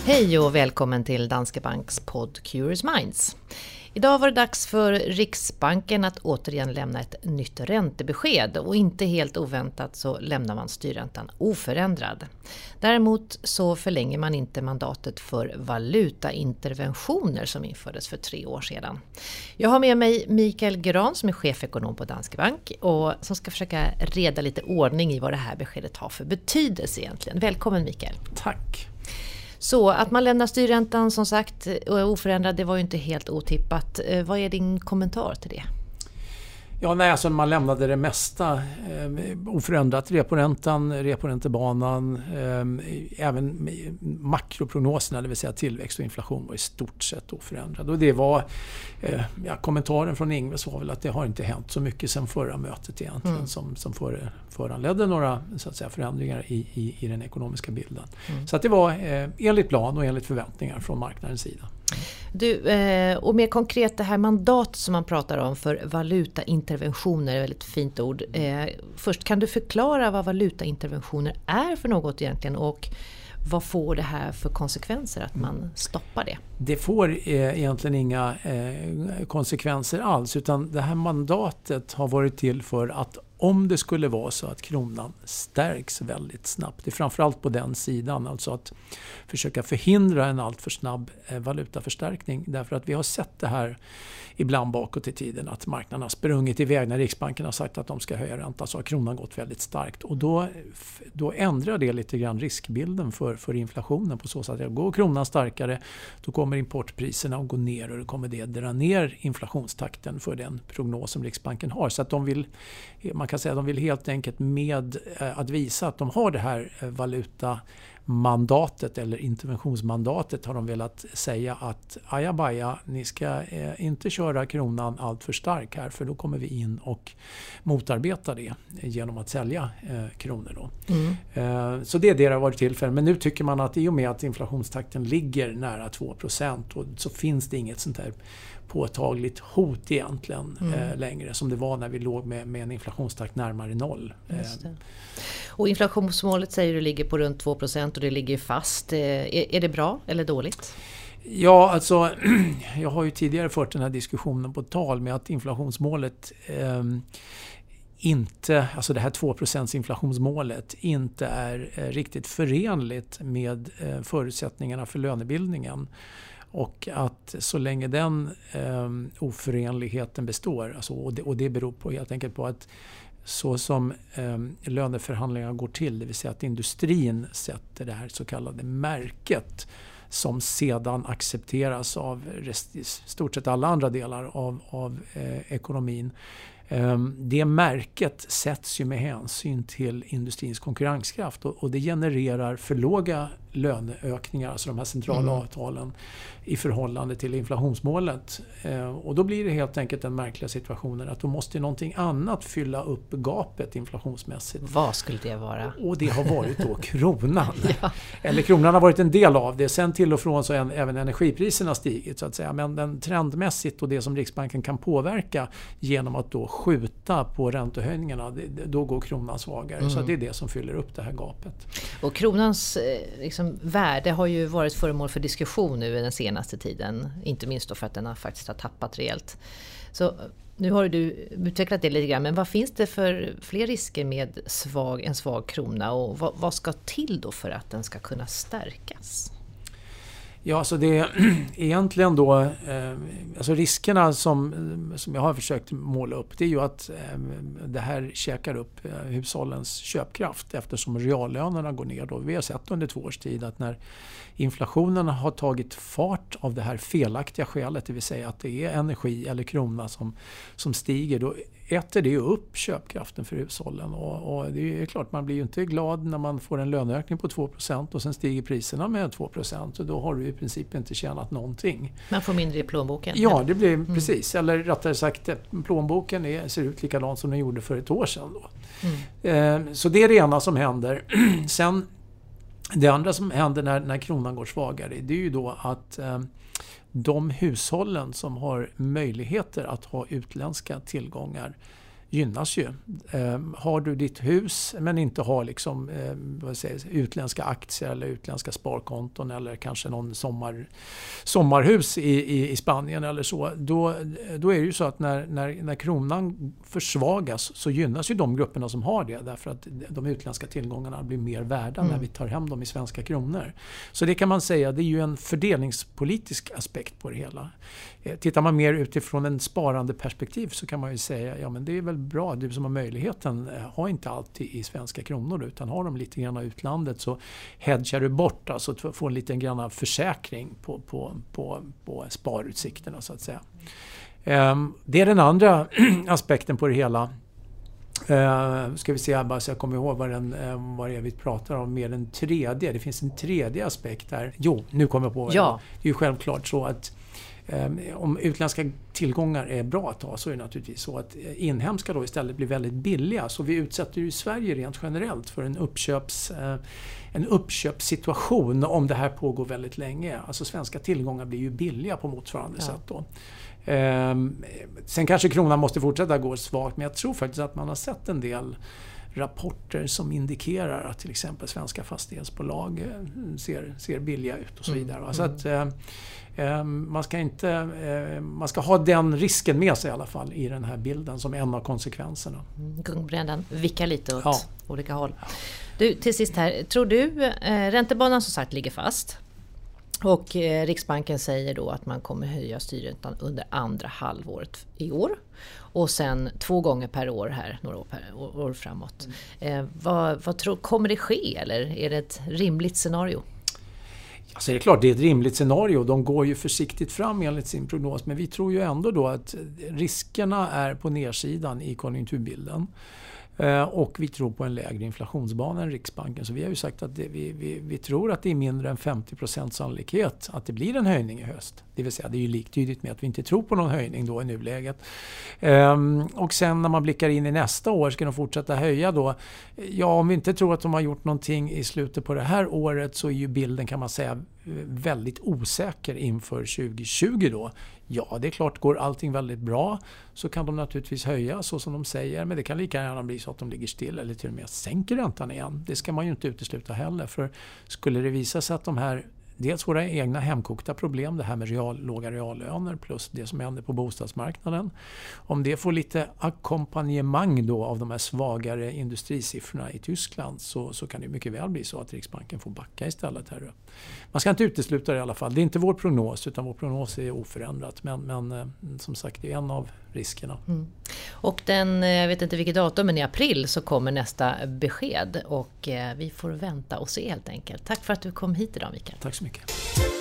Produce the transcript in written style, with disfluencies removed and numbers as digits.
Hej och välkommen till Danske Banks podd Curious Minds. Idag var det dags för Riksbanken att återigen lämna ett nytt räntebesked och inte helt oväntat så lämnar man styrräntan oförändrad. Däremot så förlänger man inte mandatet för valutainterventioner som infördes för 3 år sedan. Jag har med mig Mikael Gran som är chefekonom på Danske Bank och som ska försöka reda lite ordning i vad det här beskedet har för betydelse egentligen. Välkommen Mikael. Tack. Så att man lämnar styrräntan som sagt oförändrad, det var ju inte helt otippat. Vad är din kommentar till det? Ja, alltså man lämnade det mesta oförändrat. Reporäntebanan, även makroprognoserna, det vill säga tillväxt och inflation var i stort sett oförändrad. Och det var, kommentaren från Ingves var väl att det har inte hänt så mycket sedan förra mötet egentligen som föranledde några så att säga, förändringar i den ekonomiska bilden. Så att det var enligt plan och enligt förväntningar från marknadens sida. Du, och mer konkret det här mandat som man pratar om för valutainterventioner, är väldigt fint ord. Först kan du förklara vad valutainterventioner är för något egentligen och vad får det här för konsekvenser att man stoppar det? Det får egentligen inga konsekvenser alls, utan det här mandatet har varit till för att om det skulle vara så att kronan stärks väldigt snabbt, det är framförallt på den sidan, alltså att försöka förhindra en alltför snabb valutaförstärkning, därför att vi har sett det här ibland bakåt i tiden att marknaden har sprungit iväg när Riksbanken har sagt att de ska höja räntan, så har kronan gått väldigt starkt och då ändrar det lite grann riskbilden för inflationen på så sätt att går kronan starkare då kommer importpriserna att gå ner och då kommer det dra ner inflationstakten för den prognos som Riksbanken har, så att man kan säga att de vill helt enkelt med att visa att de har det här valutamandatet eller interventionsmandatet har de velat säga att ajabaja, ni ska inte köra kronan allt för stark här för då kommer vi in och motarbeta det genom att sälja kronor då. Så det är det har varit tillfälle, men nu tycker man att i och med att inflationstakten ligger nära 2% och så finns det inget sånt här påtagligt hot egentligen längre som det var när vi låg med en inflationstakt närmare 0. Och inflationsmålet säger du ligger på runt 2% och det ligger fast. Är det bra eller dåligt? Ja, alltså jag har ju tidigare fört den här diskussionen på tal med att inflationsmålet inte, alltså det här 2% inflationsmålet inte är riktigt förenligt med förutsättningarna för lönebildningen. Och att så länge den oförenligheten består, alltså, och det beror på helt enkelt på att så som löneförhandlingarna går till, det vill säga att industrin sätter det här så kallade märket som sedan accepteras av stort sett alla andra delar av ekonomin. Det märket sätts ju med hänsyn till industrins konkurrenskraft och det genererar för låga löneökningar, alltså de här centrala avtalen i förhållande till inflationsmålet. Och då blir det helt enkelt den märkliga situationen att då måste någonting annat fylla upp gapet inflationsmässigt. Vad skulle det vara? Och det har varit då kronan. Ja. Eller kronan har varit en del av det. Sen till och från så även energipriserna stigit så att säga. Men den trendmässigt och det som Riksbanken kan påverka genom att då skjuta på räntehöjningarna, då går kronan svagare. Så det är det som fyller upp det här gapet. Och kronans värde har ju varit föremål för diskussion nu den senaste tiden. Inte minst då för att den faktiskt har tappat rejält. Så nu har du utvecklat det lite grann, men vad finns det för fler risker med en svag krona och vad ska till då för att den ska kunna stärkas? Ja, så det är egentligen då, alltså riskerna som jag har försökt måla upp, det är ju att det här käkar upp hushållens köpkraft eftersom reallönerna går ner då. Vi har sett under 2 års tid att när inflationen har tagit fart av det här felaktiga skälet, det vill säga att det är energi eller krona som stiger, då äter det upp köpkraften för hushållen och det är klart man blir ju inte glad när man får en löneökning på 2% och sen stiger priserna med 2% och då har du i princip inte tjänat någonting. Man får mindre i plånboken? Ja, det blir precis. Eller rättare sagt, plånboken ser ut likadant som den gjorde för ett år sedan. Då. Så det är det ena som händer. Sen det andra som händer när kronan går svagare, det är ju då att de hushållen som har möjligheter att ha utländska tillgångar gynnas ju. Har du ditt hus men inte har liksom, utländska aktier eller utländska sparkonton eller kanske någon sommarhus i Spanien eller så, då är det ju så att när kronan försvagas så gynnas ju de grupperna som har det, därför att de utländska tillgångarna blir mer värda när vi tar hem dem i svenska kronor. Så det kan man säga, det är ju en fördelningspolitisk aspekt på det hela. Tittar man mer utifrån en sparande perspektiv så kan man ju säga, ja men det är väl bra, du som har möjligheten, har inte alltid i svenska kronor utan har de lite grann av utlandet, så hedgar du bort, alltså får en liten grann försäkring på sparutsikterna så att säga. Det är den andra aspekten på det hela. Ska vi se bara så jag kommer ihåg vad det är vi pratar om, med den tredje. Det finns en tredje aspekt där. Jo, nu kommer jag på det. Ja. Det är ju självklart så att om utländska tillgångar är bra att ha, så är det naturligtvis så att inhemska då istället blir väldigt billiga. Så vi utsätter ju Sverige rent generellt för en uppköpssituation om det här pågår väldigt länge. Alltså svenska tillgångar blir ju billiga på motsvarande sätt då. Sen kanske kronan måste fortsätta gå svagt, men jag tror faktiskt att man har sett en del rapporter som indikerar att till exempel svenska fastighetsbolag ser billiga ut och så vidare. Så att man ska ha den risken med sig i alla fall i den här bilden som en av konsekvenserna. Gungbrädan vickar lite åt olika håll. Du, till sist här, tror du räntebanan som sagt ligger fast? Och Riksbanken säger då att man kommer höja styrräntan under andra halvåret i år. Och sen 2 gånger per år här, några år framåt. Kommer det ske, eller är det ett rimligt scenario? Alltså det är klart, det är ett rimligt scenario. De går ju försiktigt fram enligt sin prognos. Men vi tror ju ändå då att riskerna är på nedsidan i konjunkturbilden. Och vi tror på en lägre inflationsbana än Riksbanken. Så vi har ju sagt att vi tror att det är mindre än 50% sannolikhet att det blir en höjning i höst. Det vill säga, det är ju liktydigt med att vi inte tror på någon höjning då i nuläget. Och sen när man blickar in i nästa år, ska de fortsätta höja då? Ja, om vi inte tror att de har gjort någonting i slutet på det här året, så är ju bilden, kan man säga, väldigt osäker inför 2020 då. Ja, det är klart, går allting väldigt bra så kan de naturligtvis höja så som de säger, men det kan lika gärna bli så att de ligger still eller till och med sänker räntan igen. Det ska man ju inte utesluta heller, för skulle det visa sig att de här, dels våra egna hemkokta problem, det här med låga reallöner plus det som händer på bostadsmarknaden, om det får lite ackompanjemang då av de här svagare industrisiffrorna i Tyskland, så kan det mycket väl bli så att Riksbanken får backa istället här. Man ska inte utesluta det i alla fall. Det är inte vår prognos, utan vår prognos är oförändrat, men som sagt, det är en av riskerna. Och jag vet inte vilket datum, men i april så kommer nästa besked och vi får vänta och se helt enkelt. Tack för att du kom hit idag, Mikael. Tack så mycket.